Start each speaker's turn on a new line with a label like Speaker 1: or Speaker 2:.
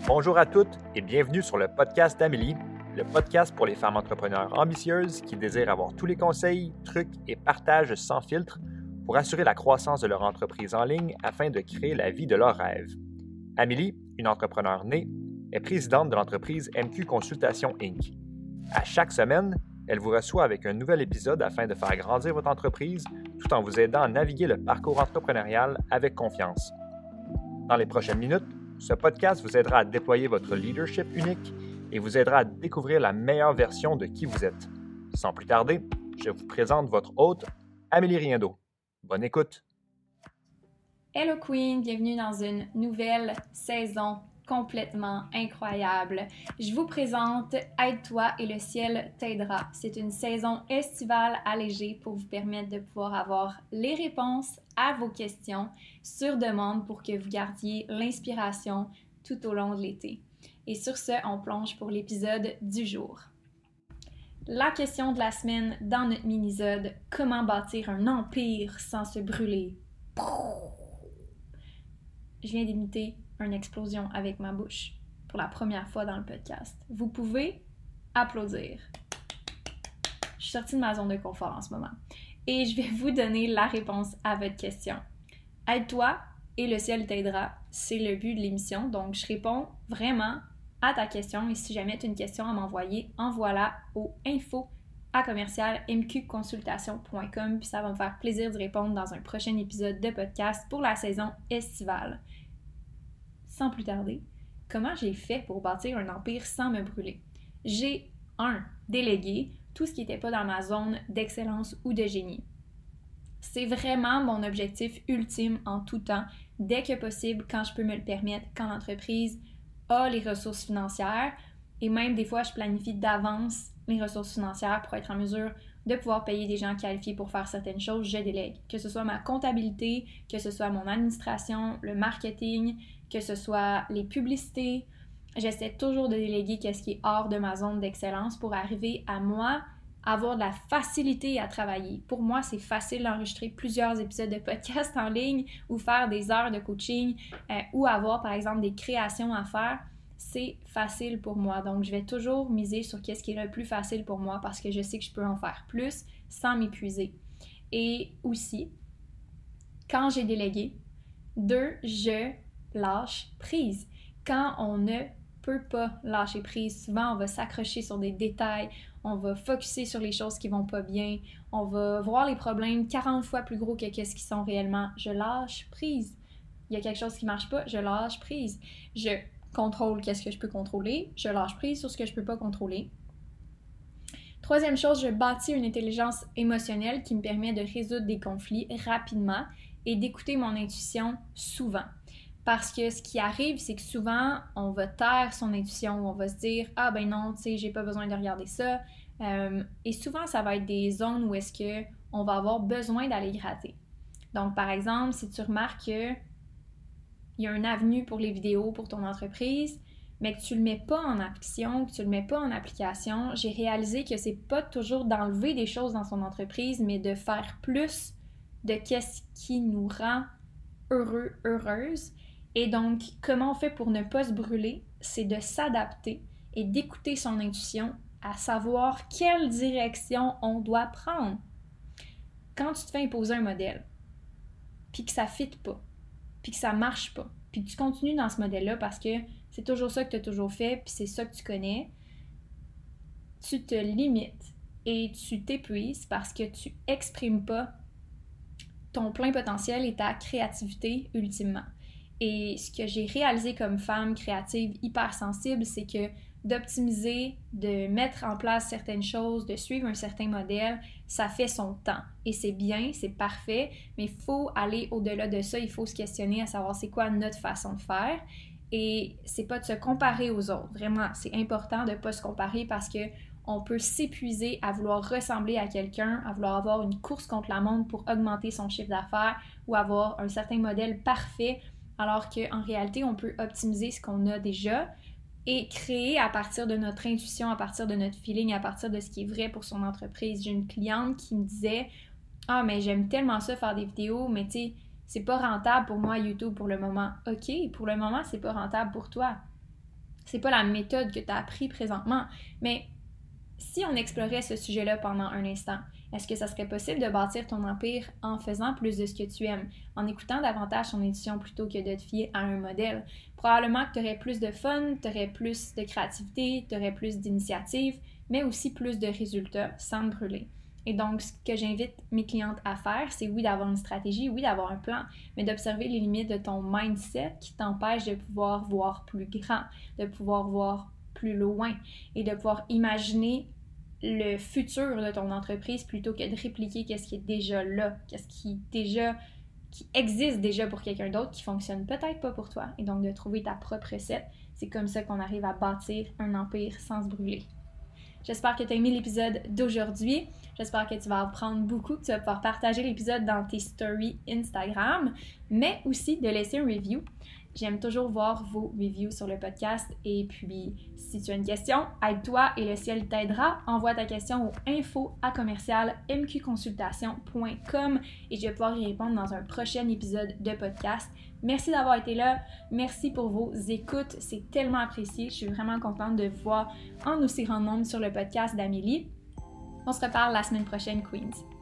Speaker 1: Bonjour à toutes et bienvenue sur le podcast d'Amélie, le podcast pour les femmes entrepreneurs ambitieuses qui désirent avoir tous les conseils, trucs et partages sans filtre pour assurer la croissance de leur entreprise en ligne afin de créer la vie de leurs rêves. Amélie, une entrepreneure née, est présidente de l'entreprise MQ Consultation Inc. À chaque semaine, elle vous reçoit avec un nouvel épisode afin de faire grandir votre entreprise tout en vous aidant à naviguer le parcours entrepreneurial avec confiance. Dans les prochaines minutes, ce podcast vous aidera à déployer votre leadership unique et vous aidera à découvrir la meilleure version de qui vous êtes. Sans plus tarder, je vous présente votre hôte, Amélie Riendo. Bonne écoute!
Speaker 2: Hello Queen, bienvenue dans une nouvelle saison complètement incroyable. Je vous présente Aide-toi et le ciel t'aidera. C'est une saison estivale allégée pour vous permettre de pouvoir avoir les réponses à vos questions sur demande pour que vous gardiez l'inspiration tout au long de l'été. Et sur ce, on plonge pour l'épisode du jour. La question de la semaine dans notre mini-sode, comment bâtir un empire sans se brûler? Je viens d'imiter une explosion avec ma bouche pour la première fois dans le podcast. Vous pouvez applaudir. Je suis sortie de ma zone de confort en ce moment. Et je vais vous donner la réponse à votre question. Aide-toi et le ciel t'aidera. C'est le but de l'émission. Donc, je réponds vraiment à ta question. Et si jamais tu as une question à m'envoyer, envoie-la au info@mqconsultation.com. Puis ça va me faire plaisir de répondre dans un prochain épisode de podcast pour la saison estivale. Sans plus tarder, comment j'ai fait pour bâtir un empire sans me brûler? J'ai délégué tout ce qui n'était pas dans ma zone d'excellence ou de génie. C'est vraiment mon objectif ultime en tout temps, dès que possible, quand je peux me le permettre, quand l'entreprise a les ressources financières et même des fois je planifie d'avance les ressources financières pour être en mesure de pouvoir payer des gens qualifiés pour faire certaines choses, je délègue. Que ce soit ma comptabilité, que ce soit mon administration, le marketing, que ce soit les publicités, j'essaie toujours de déléguer ce qui est hors de ma zone d'excellence pour arriver à moi, avoir de la facilité à travailler. Pour moi, c'est facile d'enregistrer plusieurs épisodes de podcast en ligne ou faire des heures de coaching ou avoir, par exemple, des créations à faire. C'est facile pour moi. Donc, je vais toujours miser sur ce qui est le plus facile pour moi parce que je sais que je peux en faire plus sans m'épuiser. Et aussi, quand j'ai délégué, je lâche prise. Quand on ne peut pas lâcher prise, souvent on va s'accrocher sur des détails, on va focusser sur les choses qui vont pas bien, on va voir les problèmes 40 fois plus gros que ce qui sont réellement. Je lâche prise. Il y a quelque chose qui marche pas, je lâche prise. Je contrôle qu'est-ce que je peux contrôler, je lâche prise sur ce que je peux pas contrôler. Troisième chose, je bâtis une intelligence émotionnelle qui me permet de résoudre des conflits rapidement et d'écouter mon intuition souvent. Parce que ce qui arrive, c'est que souvent, on va taire son intuition, on va se dire « Ah ben non, tu sais, j'ai pas besoin de regarder ça. » Et souvent, ça va être des zones où est-ce qu'on va avoir besoin d'aller gratter. Donc, par exemple, si tu remarques qu'il y a un avenue pour les vidéos pour ton entreprise, mais que tu le mets pas en action, que tu le mets pas en application, j'ai réalisé que c'est pas toujours d'enlever des choses dans son entreprise, mais de faire plus de qu'est-ce qui nous rend heureux, heureuse. Et donc, comment on fait pour ne pas se brûler? C'est de s'adapter et d'écouter son intuition à savoir quelle direction on doit prendre. Quand tu te fais imposer un modèle, puis que ça ne fit pas, puis que ça ne marche pas, puis que tu continues dans ce modèle-là parce que c'est toujours ça que tu as toujours fait, puis c'est ça que tu connais, tu te limites et tu t'épuises parce que tu n'exprimes pas ton plein potentiel et ta créativité ultimement. Et ce que j'ai réalisé comme femme créative hyper sensible, c'est que d'optimiser, de mettre en place certaines choses, de suivre un certain modèle, ça fait son temps. Et c'est bien, c'est parfait, mais il faut aller au-delà de ça, il faut se questionner à savoir c'est quoi notre façon de faire. Et c'est pas de se comparer aux autres. Vraiment, c'est important de ne pas se comparer parce que on peut s'épuiser à vouloir ressembler à quelqu'un, à vouloir avoir une course contre la montre pour augmenter son chiffre d'affaires ou avoir un certain modèle parfait, alors qu'en réalité, on peut optimiser ce qu'on a déjà et créer à partir de notre intuition, à partir de notre feeling, à partir de ce qui est vrai pour son entreprise. J'ai une cliente qui me disait « Ah, mais j'aime tellement ça faire des vidéos, mais tu sais, c'est pas rentable pour moi YouTube pour le moment. » OK, pour le moment, c'est pas rentable pour toi. c'est pas la méthode que tu as appris présentement, mais si on explorait ce sujet-là pendant un instant, est-ce que ça serait possible de bâtir ton empire en faisant plus de ce que tu aimes, en écoutant davantage ton intuition plutôt que de te fier à un modèle? Probablement que tu aurais plus de fun, tu aurais plus de créativité, tu aurais plus d'initiative, mais aussi plus de résultats sans te brûler. Et donc, ce que j'invite mes clientes à faire, c'est oui d'avoir une stratégie, oui d'avoir un plan, mais d'observer les limites de ton mindset qui t'empêche de pouvoir voir plus grand, de pouvoir voir plus loin et de pouvoir imaginer le futur de ton entreprise plutôt que de répliquer qu'est-ce qui est déjà là, qu'est-ce qui existe déjà pour quelqu'un d'autre qui fonctionne peut-être pas pour toi. Et donc de trouver ta propre recette, c'est comme ça qu'on arrive à bâtir un empire sans se brûler. J'espère que tu as aimé l'épisode d'aujourd'hui. J'espère que tu vas apprendre beaucoup, que tu vas pouvoir partager l'épisode dans tes stories Instagram, mais aussi de laisser un review. J'aime toujours voir vos reviews sur le podcast. Et puis, si tu as une question, aide-toi et le ciel t'aidera. Envoie ta question au info@mqconsultation.com et je vais pouvoir y répondre dans un prochain épisode de podcast. Merci d'avoir été là. Merci pour vos écoutes. C'est tellement apprécié. Je suis vraiment contente de vous voir en aussi grand nombre sur le podcast d'Amélie. On se reparle la semaine prochaine, Queens.